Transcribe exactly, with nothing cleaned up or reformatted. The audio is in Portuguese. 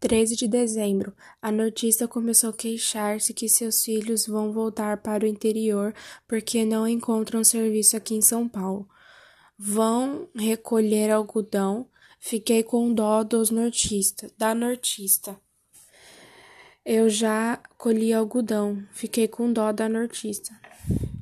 treze de dezembro, a nortista começou a queixar-se que seus filhos vão voltar para o interior porque não encontram serviço aqui em São Paulo. Vão recolher algodão. Fiquei com dó dos nortistas, da nortista. Eu já colhi algodão. Fiquei com dó da nortista.